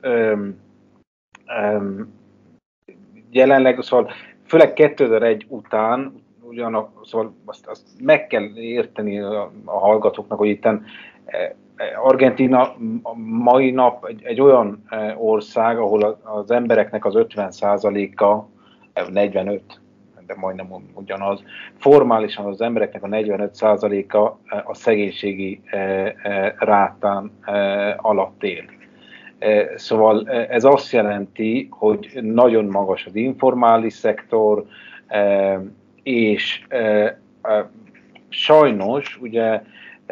jelenleg, szóval főleg kétezer-egy után, ugyanak, szóval azt, azt meg kell érteni a, a hallgatóknak, hogy itten Argentína a mai nap egy, egy olyan ország, ahol az embereknek az ötven százaléka, negyvenöt, de majdnem ugyanaz. Formálisan az embereknek a negyvenöt százaléka a szegénységi rátán alatt él. Szóval ez azt jelenti, hogy nagyon magas az informális szektor, és sajnos ugye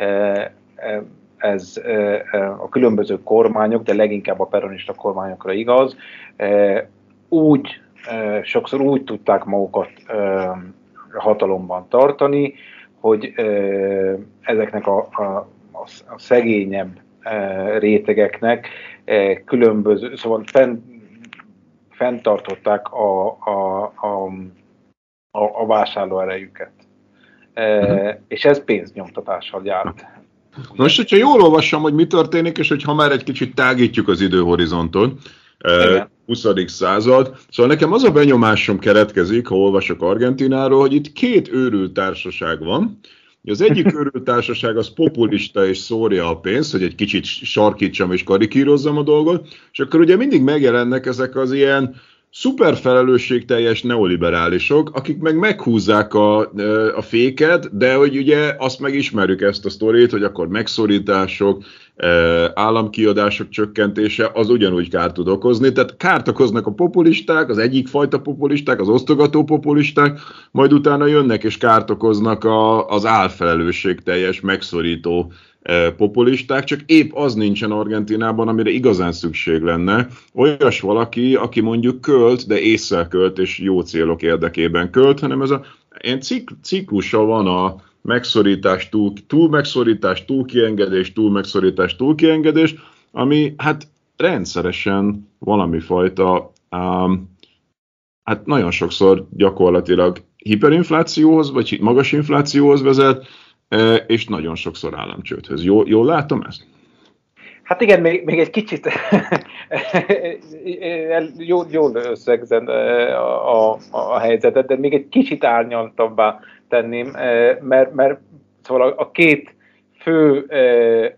ez a különböző kormányok, de leginkább a peronista kormányokra igaz, úgy sokszor úgy tudták magukat hatalomban tartani, hogy ezeknek a, a, a szegényebb rétegeknek különböző, szóval fenn, fenntartották a, a, a, a, a vásárlóerejüket. Uh-huh. És ez pénznyomtatással járt. Most, hogyha jól olvassam, hogy mi történik, és hogyha már egy kicsit tágítjuk az időhorizontot, igen. huszadik század. Szóval nekem az a benyomásom keletkezik, ha olvasok Argentínáról, hogy itt két őrült társaság van. Az egyik őrült társaság az populista és szórja a pénzt, hogy egy kicsit sarkítsam és karikírozzam a dolgot, és akkor ugye mindig megjelennek ezek az ilyen szuper felelősségteljes neoliberálisok, akik meg meghúzzák a, a féket, de hogy ugye azt megismerjük ezt a sztorit, hogy akkor megszorítások, államkiadások csökkentése az ugyanúgy kárt tud okozni. Tehát kárt okoznak a populisták, az egyik fajta populisták, az osztogató populisták, majd utána jönnek és kárt okoznak a, az álfelelősségteljes, megszorító populisták, csak épp az nincsen Argentínában, amire igazán szükség lenne. Olyas valaki, aki mondjuk költ, de ésszel költ, és jó célok érdekében költ, hanem ez a ilyen cikl, ciklusa van a megszorítás, túl, túl megszorítás, túl kiengedés, túl megszorítás, túl kiengedés, ami hát rendszeresen valami fajta, um, hát nagyon sokszor gyakorlatilag hiperinflációhoz, vagy magas inflációhoz vezet, és nagyon sokszor államcsődhöz. Jól, jól látom ezt? Hát igen, még, még egy kicsit jól, jól összegzed a, a, a helyzetet, de még egy kicsit árnyaltabbá tenném, mert, mert szóval a, a két fő eh,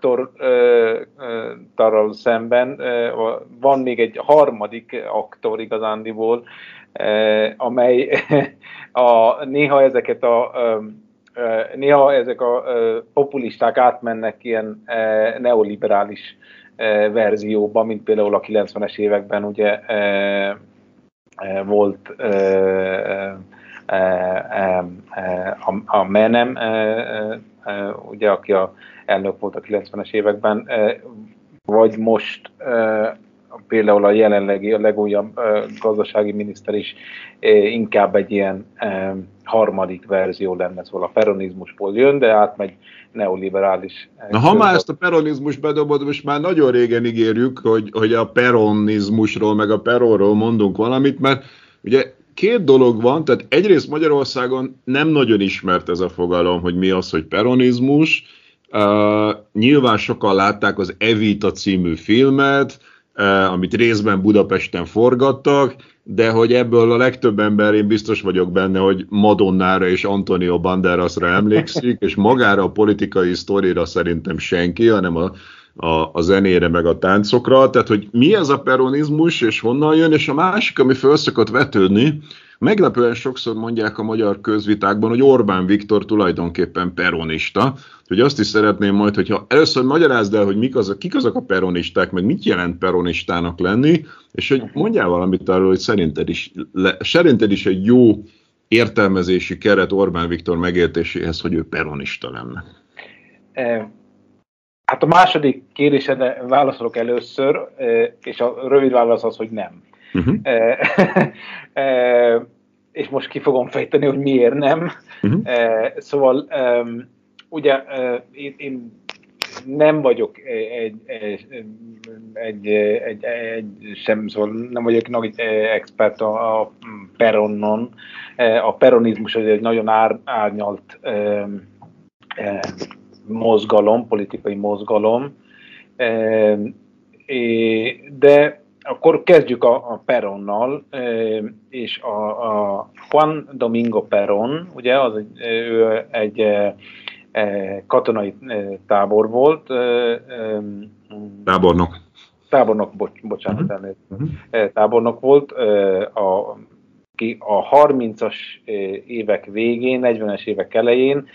aktorral szemben eh, van még egy harmadik aktor igazándiból, eh, amely a, néha ezeket a néha ezek a populisták átmennek ilyen neoliberális verzióba, mint például a kilencvenes években ugye volt a Menem, ugye, aki a elnök volt a kilencvenes években, vagy most például a jelenlegi, a legújabb gazdasági miniszter is inkább egy ilyen harmadik verzió lenne, szóval a peronizmusból jön, de átmegy neoliberális. Na, ha már ezt a peronizmus bedobod, most már nagyon régen ígérjük, hogy, hogy a peronizmusról, meg a peronról mondunk valamit, mert ugye két dolog van, tehát egyrészt Magyarországon nem nagyon ismert ez a fogalom, hogy mi az, hogy peronizmus. Uh, nyilván sokan látták az Evita című filmet, uh, amit részben Budapesten forgattak, de hogy ebből a legtöbb ember, én biztos vagyok benne, hogy Madonnára és Antonio Banderasra emlékszik, és magára a politikai sztorira szerintem senki, hanem a, a, a zenére meg a táncokra. Tehát, hogy mi ez a peronizmus, és honnan jön, és a másik, ami föl szokott vetődni, meglepően sokszor mondják a magyar közvitákban, hogy Orbán Viktor tulajdonképpen peronista. Hogy azt is szeretném majd, hogyha először magyarázd el, hogy mik azok, kik azok a peronisták, meg mit jelent peronistának lenni, és hogy mondjál valamit arról, hogy szerinted is, le, szerinted is egy jó értelmezési keret Orbán Viktor megértéséhez, hogy ő peronista lenne. Hát a második kérdésre válaszolok először, és a rövid válasz az, hogy nem. Uh-huh. E, e, és most ki fogom fejteni, hogy miért nem. Uh-huh. E, szóval e, ugye e, én, én nem vagyok egy, egy, egy, egy, egy sem, szóval nem vagyok nagy expert a, a peronon. A peronizmus egy nagyon ár, árnyalt e, e, mozgalom, politikai mozgalom, e, de akkor kezdjük a, a Peronnal, és a, a Juan Domingo Perón, ugye, az egy, ő egy katonai tábor volt. Tábornok. Tábornok, bocs, bocsánat, uh-huh. uh-huh. tábornok volt. A, a harmincas évek végén, negyvenes évek elején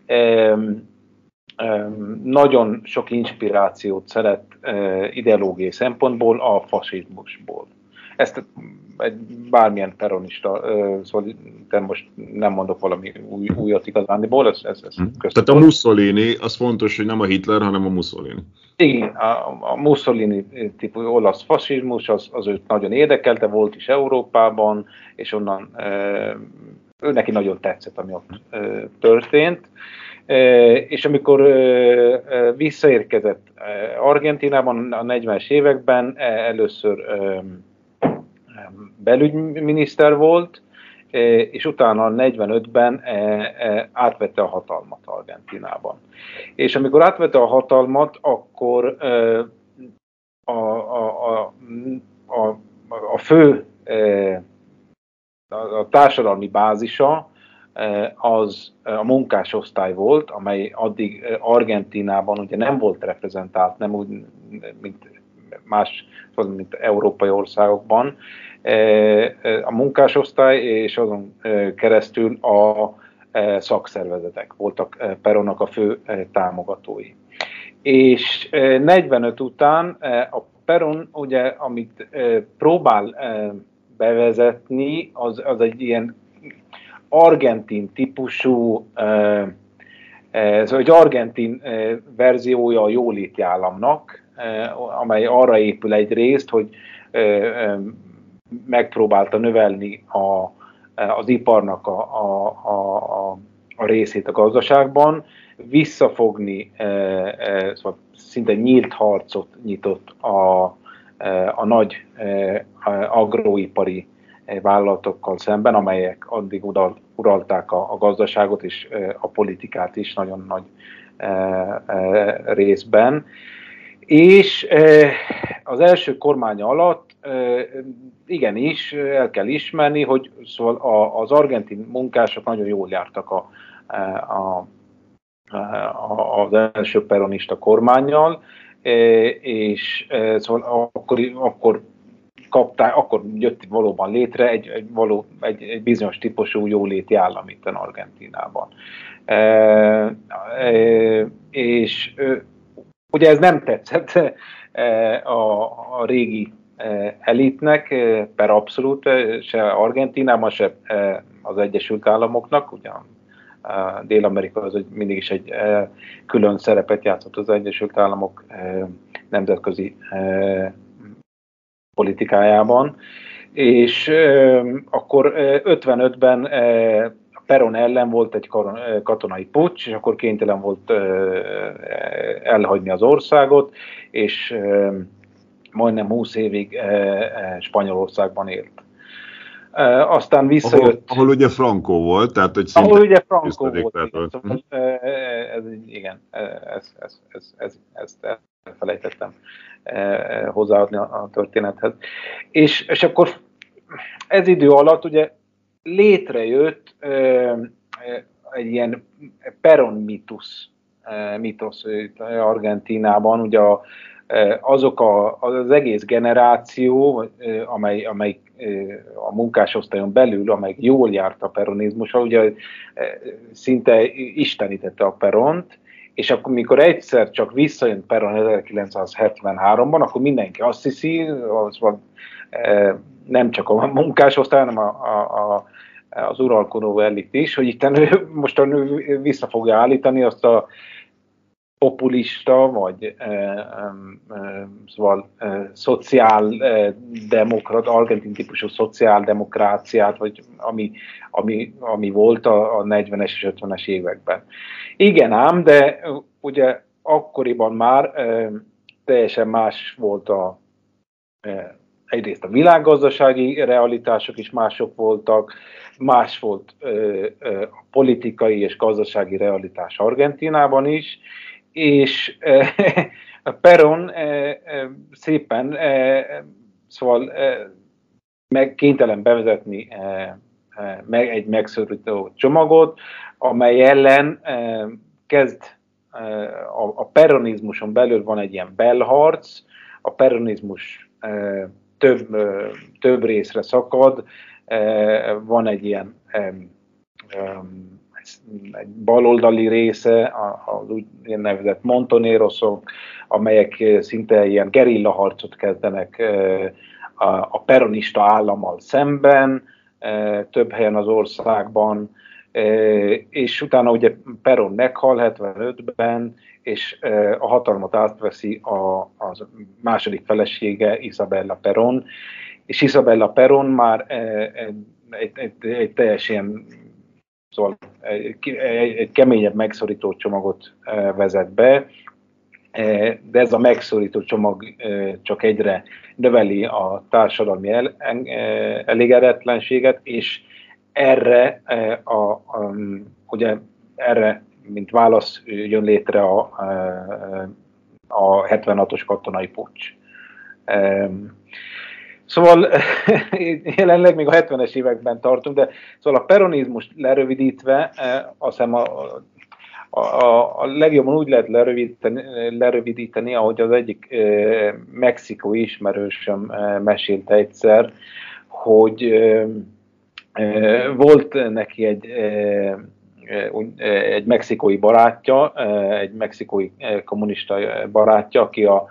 nagyon sok inspirációt szeret ideológiai szempontból a fasizmusból. Ezt egy bármilyen peronista, szóval most nem mondok valami új, újat igazándiból, ez, ez, ez hmm. Tehát a Mussolini, az fontos, hogy nem a Hitler, hanem a Mussolini. Igen, a, a Mussolini típusú olasz fasizmus, az, az őt nagyon érdekelte, volt is Európában, és onnan ő neki nagyon tetszett, ami ott történt. És amikor visszaérkezett Argentínában a negyvenes években, először belügyminiszter volt, és utána negyvenötben átvette a hatalmat Argentínában. És amikor átvette a hatalmat, akkor a, a, a, a, a fő a társadalmi bázisa az a munkásosztály volt, amely addig Argentínában ugye nem volt reprezentált, nem úgy, mint más, mint európai országokban. A munkásosztály és azon keresztül a szakszervezetek voltak Perónnak a fő támogatói. És negyvenöt után a Perón, ugye, amit próbál bevezetni, az, az egy ilyen argentin típusú, ez egy argentin verziója a jóléti államnak, amely arra épül egyrészt, hogy megpróbálta növelni a, az iparnak a, a, a, a részét a gazdaságban, visszafogni, szóval szinte nyílt harcot nyitott a, a nagy agroipari vállalatokkal szemben, amelyek addig uralták a, a gazdaságot és a politikát is nagyon nagy részben. És az első kormánya alatt igenis el kell ismerni, hogy szóval az argentin munkások nagyon jól jártak a, a, az első peronista kormánnyal, és szóval akkor, akkor kapták, akkor jött valóban létre egy, egy, való, egy, egy bizonyos típusú jóléti állam itt Argentínában. E, e, és e, ugye ez nem tetszett e, a, a régi e, elitnek, e, per abszolút, e, se Argentínában, se e, az Egyesült Államoknak, ugye Dél-Amerika az egy, mindig is egy e, külön szerepet játszott az Egyesült Államok e, nemzetközi e, politikájában, és e, akkor e, ötvenötben e, Perón ellen volt egy katonai puccs, és akkor kénytelen volt e, elhagyni az országot, és e, majdnem húsz évig e, e, Spanyolországban élt. E, aztán visszajött... Ahol, ahol ugye Franco volt, tehát hogy ahol ugye Franco volt, igen, szóval, hm. ez, igen, ezt ez, ez, ez, ez, ez elfelejtettem hozzáadni a történethez. És, és akkor ez idő alatt ugye létrejött egy ilyen Perón mítusz, mítosz Argentínában, ugye a, azok a, az egész generáció, amely, amely a munkásosztályon belül, amely jól járt a peronizmussal, ugye szinte istenítette a Peront, és akkor, mikor egyszer csak visszajön Perón ezerkilencszázhetvenháromban, akkor mindenki azt hiszi, az van, nem csak a munkásosztály, hanem a, a, a, az uralkodó elit is, hogy itt most vissza fogja állítani azt a populista, vagy e, e, e, szóval e, szociáldemokrat, argentin típusú szociáldemokráciát, vagy ami, ami, ami volt a, a negyvenes és ötvenes években. Igen ám, de ugye akkoriban már e, teljesen más volt a e, egyrészt a világgazdasági realitások is mások voltak, más volt e, e, a politikai és gazdasági realitás Argentínában is, és eh, Perón eh, eh, szépen eh, szóval eh, meg, kénytelen bevezetni eh, eh, meg egy megszorító csomagot, amely ellen eh, kezd eh, a, a peronizmuson belül van egy ilyen belharc, a peronizmus eh, több, eh, több részre szakad, eh, van egy ilyen eh, eh, egy baloldali része, az úgy nevezett montonerosok, amelyek szinte ilyen gerillaharcot kezdenek a peronista állammal szemben, több helyen az országban, és utána ugye Perón meghal hetvenötben, és a hatalmat átveszi a, a második felesége, Isabella Perón, és Isabella Perón már egy, egy, egy, egy teljesen Szóval egy, egy keményebb megszorító csomagot vezet be, de ez a megszorító csomag csak egyre növeli a társadalmi el, elégedetlenséget, és erre, a, a, ugye erre, mint válasz jön létre a, a hetvenhatos katonai puccs. Szóval jelenleg még a hetvenes években tartunk, de szóval a peronizmust lerövidítve, azt hiszem a, a, a legjobban úgy lehet lerövidíteni, lerövidíteni, ahogy az egyik e, mexikói ismerősöm e, mesélte egyszer, hogy e, e, volt neki egy, e, egy mexikói barátja, egy mexikói kommunista barátja, aki a,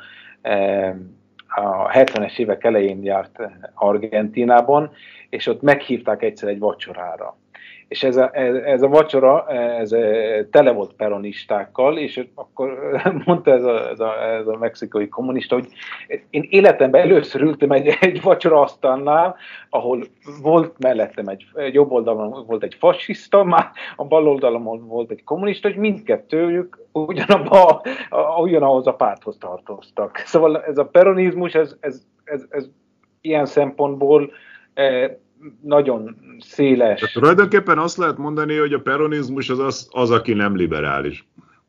a hetvenes évek elején járt Argentínában, és ott meghívták egyszer egy vacsorára. És ez a, ez a vacsora ez tele volt peronistákkal, és akkor mondta ez a, ez a, ez a mexikói kommunista, hogy én életemben először ültem egy, egy vacsora asztalnál, ahol volt mellettem egy, egy jobb oldalon volt egy fasiszta, már a bal oldalon volt egy kommunista, hogy mindkettőjük ugyanabba, ugyanahoz a párthoz tartoztak. Szóval ez a peronizmus, ez, ez, ez, ez ilyen szempontból nagyon széles. Tehát tulajdonképpen azt lehet mondani, hogy a peronizmus az az, az aki nem liberális.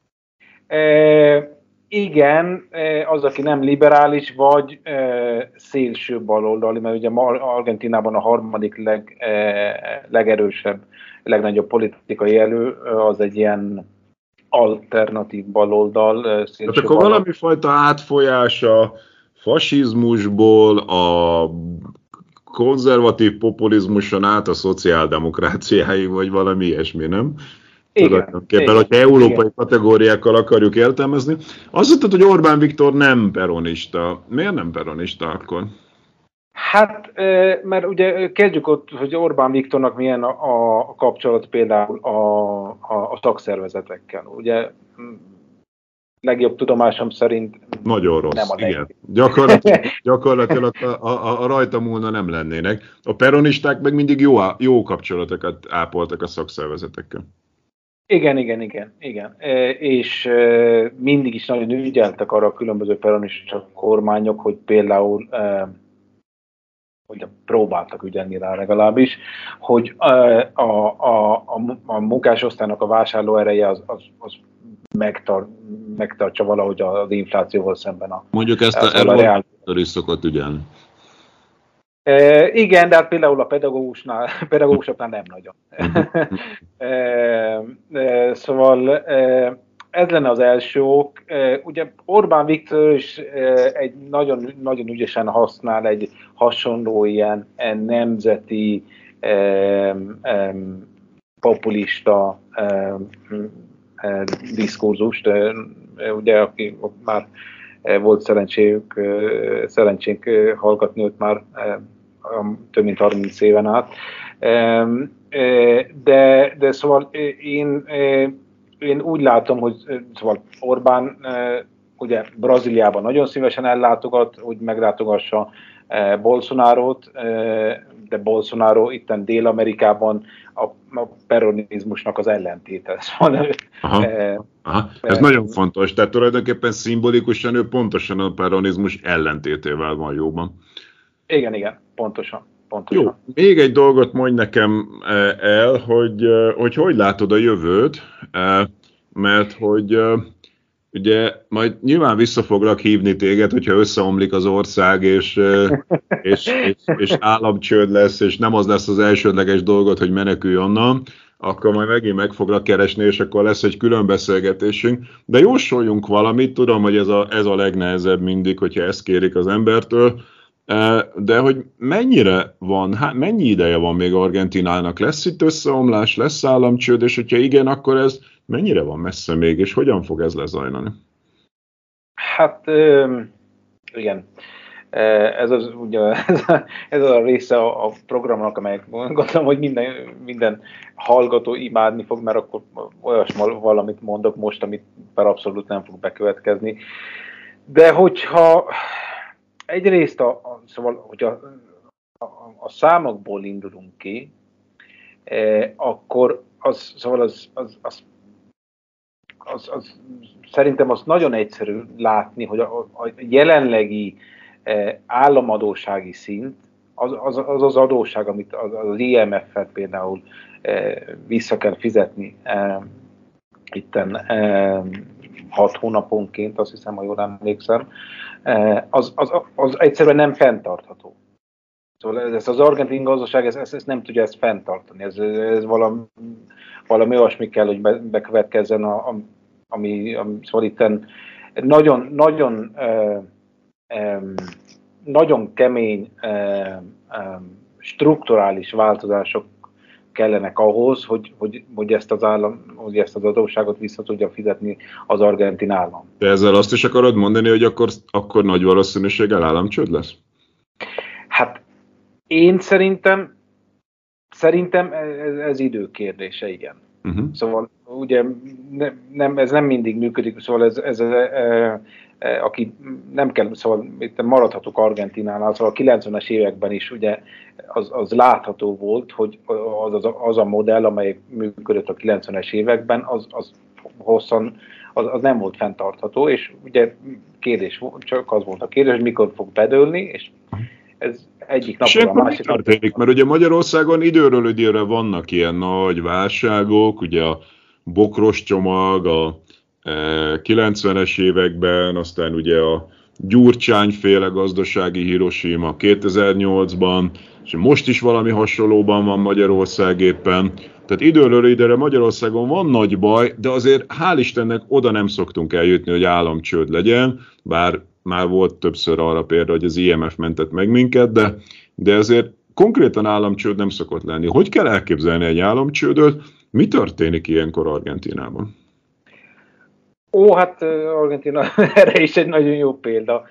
E, igen, az, aki nem liberális, vagy e, szélső baloldali, mert ugye Argentínában a harmadik leg, e, legerősebb, legnagyobb politikai elő az egy ilyen alternatív baloldal. Tehát akkor baloldal. Valami fajta átfolyás a fasizmusból, a konzervatív populizmuson át a szociáldemokráciáig, vagy valami ilyesmi, nem? Tulajdonképpen, hogyha európai igen. kategóriákkal akarjuk értelmezni. Azt mondtad, hogy Orbán Viktor nem peronista. Miért nem peronista akkor? Hát, mert ugye kezdjük ott, hogy Orbán Viktornak milyen a, a kapcsolat például a, a, a szakszervezetekkel. Ugye legjobb tudomásom szerint nagyon rossz, nem a igen. Gyakorlatilag, gyakorlatilag a, a, a rajta múlna nem lennének. A peronisták meg mindig jó, jó kapcsolatokat ápoltak a szakszervezetekkel. Igen, igen, igen, igen. E, és e, mindig is nagyon ügyeltek arra a különböző peronista kormányok, hogy például e, hogy próbáltak ügyelni rá legalábbis, hogy e, a, a, a, a munkásosztálynak a vásárlóereje az, az, az megtar, megtartsa valahogy az inflációval szemben a... Mondjuk ezt a, a reál... is szokott ügyelni. E, igen, de hát például a pedagógusnál, pedagógusoknál nem nagyon. e, e, szóval e, ez lenne az első ok. E, ugye Orbán Viktor is e, egy nagyon, nagyon ügyesen használ egy hasonló ilyen e, nemzeti e, e, populista e, diskurzust, ugye, aki már volt szerencséjük, szerencsénk hallgatni őt már több mint harminc éven át. De, de szóval én, én úgy látom, hogy szóval Orbán ugye Brazíliában nagyon szívesen ellátogat, hogy meglátogassa Bolsonarót, de Bolsonaro itten Dél-Amerikában a, a peronizmusnak az ellentéte. Szóval, aha, e, aha. Ez e, nagyon fontos, tehát tulajdonképpen szimbolikusan ő pontosan a peronizmus ellentétével van jóban. Igen, igen, pontosan. pontosan. Jó, még egy dolgot mondj nekem el, hogy hogy, hogy látod a jövőt, mert hogy ugye majd nyilván vissza foglak hívni téged, hogyha összeomlik az ország, és, és, és, és államcsőd lesz, és nem az lesz az elsődleges dolgot, hogy menekülj onnan, akkor majd megint meg foglak keresni, és akkor lesz egy külön beszélgetésünk. De jósoljunk valamit, tudom, hogy ez a, ez a legnehezebb mindig, hogyha ezt kérik az embertől, de hogy mennyire van, hát mennyi ideje van még Argentinának? Lesz itt összeomlás, lesz államcsőd, és hogyha igen, akkor ez mennyire van messze még, és hogyan fog ez lezajlani? Hát igen, ez az, ugye, ez, a, ez a része a, a programnak, amelyek gondolom, hogy minden, minden hallgató imádni fog, mert akkor olyas valamit mondok most, amit per abszolút nem fog bekövetkezni. De hogyha egyrészt a, a, szóval, hogy a, a, a számokból indulunk ki, eh, akkor az, szóval az, az, az, az, az, szerintem az nagyon egyszerű látni, hogy a, a jelenlegi eh, államadósági szint, az az, az, az adósság, amit az, az I M F-et például eh, vissza kell fizetni eh, itten eh, hat hónaponként, azt hiszem, ha jól emlékszem, az, az, az egyszerűen nem fenntartható. Szóval ez az argentin gazdaság ez, ez, ez nem tudja ezt fenntartani. Ez, ez valami, valami olyasmi kell, hogy be, bekövetkezzen, a, a, ami, ami szóval itten nagyon, nagyon, eh, eh, nagyon kemény eh, eh, strukturális változások kellenek ahhoz, hogy, hogy, hogy, ezt az állam, hogy ezt az adósságot vissza tudja fizetni az argentin állam. De ezzel azt is akarod mondani, hogy akkor, akkor nagy valószínűséggel államcsőd lesz? Hát én szerintem, szerintem ez, ez idő kérdése, igen. Uh-huh. Szóval ugye ne, nem, ez nem mindig működik, szóval ez, ez, ez e, e, aki nem kell, szóval itt maradhatok Argentinánál, szóval a kilencvenes években is ugye az, az látható volt, hogy az, az, az a modell, amely működött a kilencvenes években, az, az hosszan, az, az nem volt fenntartható, és ugye kérdés, csak az volt a kérdés, hogy mikor fog bedőlni, és ez egyik napról a másik történik, mert ugye Magyarországon időről időre vannak ilyen nagy válságok, ugye a bokros csomag a kilencvenes években, aztán ugye a Gyurcsány-féle gazdasági Hiroshima kétezer-nyolcban, és most is valami hasonlóban van Magyarország éppen. Tehát időről időre Magyarországon van nagy baj, de azért hál' Istennek oda nem szoktunk eljutni, hogy államcsőd legyen, bár már volt többször arra példa, hogy az i em ef mentett meg minket, de, de azért konkrétan államcsőd nem szokott lenni. Hogy kell elképzelni egy államcsődöt? Mi történik ilyenkor Argentínában? Ó, hát Argentína erre is egy nagyon jó példa.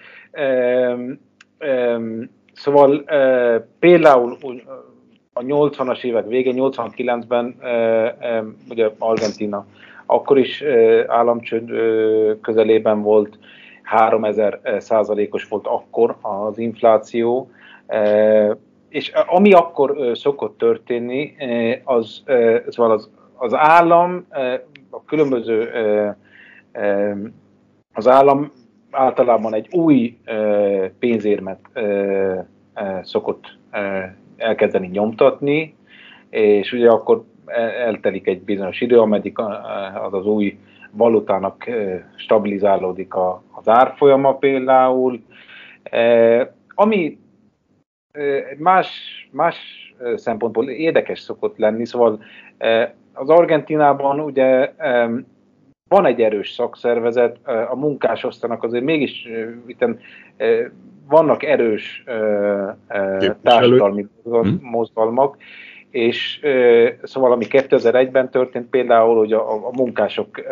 Szóval például a nyolcvanas évek végén, nyolcvankilencben ugye Argentína akkor is államcsőd közelében volt, háromezer százalékos volt akkor az infláció, és ami akkor szokott történni, az, szóval az, az állam, a különböző, az állam általában egy új pénzérmet szokott elkezdeni nyomtatni, és ugye akkor eltelik egy bizonyos idő, ameddig az az új valutának stabilizálódik az árfolyama például. Ami más, más szempontból érdekes szokott lenni, szóval az Argentinában ugye van egy erős szakszervezet, a munkásosztálynak azért mégis itten, vannak erős társadalmi mozgalmak, és szóval ami kétezer-egyben történt például, hogy a, a munkások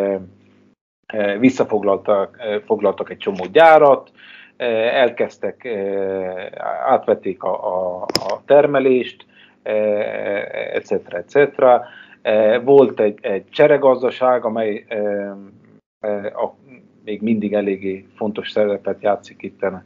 visszafoglaltak foglaltak egy csomó gyárat, elkezdtek, átvették a, a, a termelést, et cetera et cetera. Volt egy, egy cseregazdaság, amely a, még mindig eléggé fontos szerepet játszik itt a,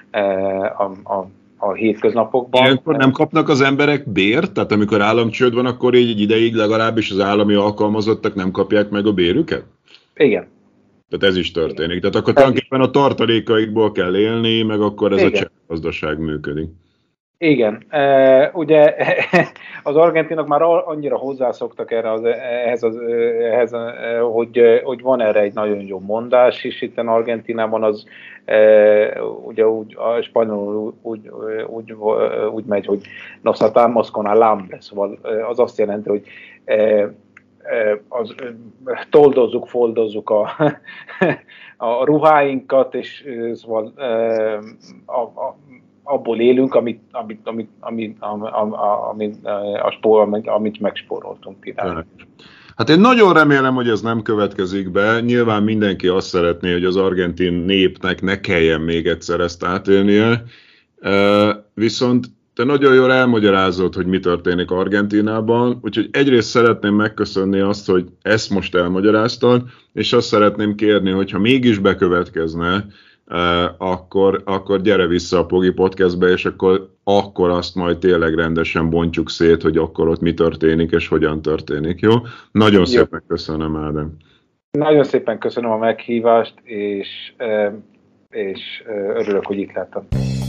a, a hétköznapokban. Ilyenkor nem kapnak az emberek bért? Tehát amikor államcsőd van, akkor így egy ideig legalábbis az állami alkalmazottak nem kapják meg a bérüket? Igen. Tehát ez is történik. Tehát akkor tulajdonképpen a tartalékaikból kell élni, meg akkor ez Igen. a cseregazdaság működik. Igen. E, ugye az argentinok már annyira hozzászoktak erre az, ehhez, az, ehhez hogy, hogy van erre egy nagyon jó mondás is itt Argentinában, az e, ugye úgy, a spanyolul úgy, úgy, úgy megy, hogy nos atamos con alambre, szóval az azt jelenti, hogy e, az, toldozzuk, foldozzuk a, a ruháinkat, és szóval a, a, abból élünk, amit, amit, amit, amit, amit, a spór, amit megspóroltunk idáig. Hát én nagyon remélem, hogy ez nem következik be. Nyilván mindenki azt szeretné, hogy az argentin népnek ne kelljen még egyszer ezt átélnie. Viszont te nagyon jól elmagyarázod, hogy mi történik Argentínában, úgyhogy egyrészt szeretném megköszönni azt, hogy ezt most elmagyaráztad, és azt szeretném kérni, hogyha mégis bekövetkezne, akkor, akkor gyere vissza a Pogi Podcastbe, és akkor, akkor azt majd tényleg rendesen bontjuk szét, hogy akkor ott mi történik, és hogyan történik, jó? Nagyon jó. Szépen köszönöm, Ádám. Nagyon szépen köszönöm a meghívást, és, és örülök, hogy itt lettem.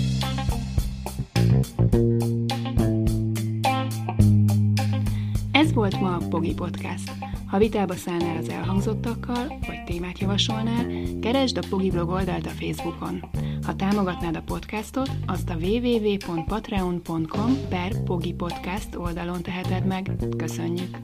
Ez volt ma a Pogi Podcast. Ha vitába szállnál az elhangzottakkal, vagy témát javasolnál, keresd a Pogi blog oldalt a Facebookon. Ha támogatnád a podcastot, azt a double-u double-u double-u pont patreon pont com per Pogi Podcast oldalon teheted meg. Köszönjük!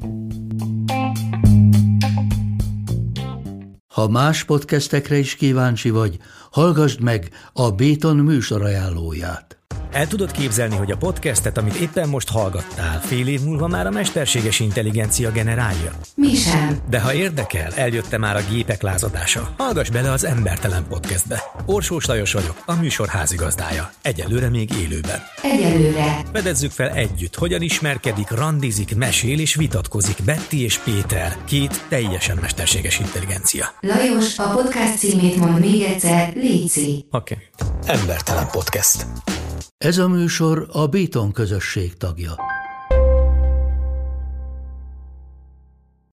Ha más podcastekre is kíváncsi vagy, hallgassd meg a Béton műsor ajánlóját. El tudod képzelni, hogy a podcastet, amit éppen most hallgattál, fél év múlva már a mesterséges intelligencia generálja? Mi sem. De ha érdekel, eljött már a gépek lázadása. Hallgass bele az Embertelen Podcastbe. Orsós Lajos vagyok, a műsor házigazdája. Egyelőre még élőben. Egyelőre. Fedezzük fel együtt, hogyan ismerkedik, randizik, mesél és vitatkozik Betty és Péter, két teljesen mesterséges intelligencia. Lajos, a podcast címét mond még egyszer, léci. Oké. Okay. Embertelen Podcast. Ez a műsor a Béton közösség tagja.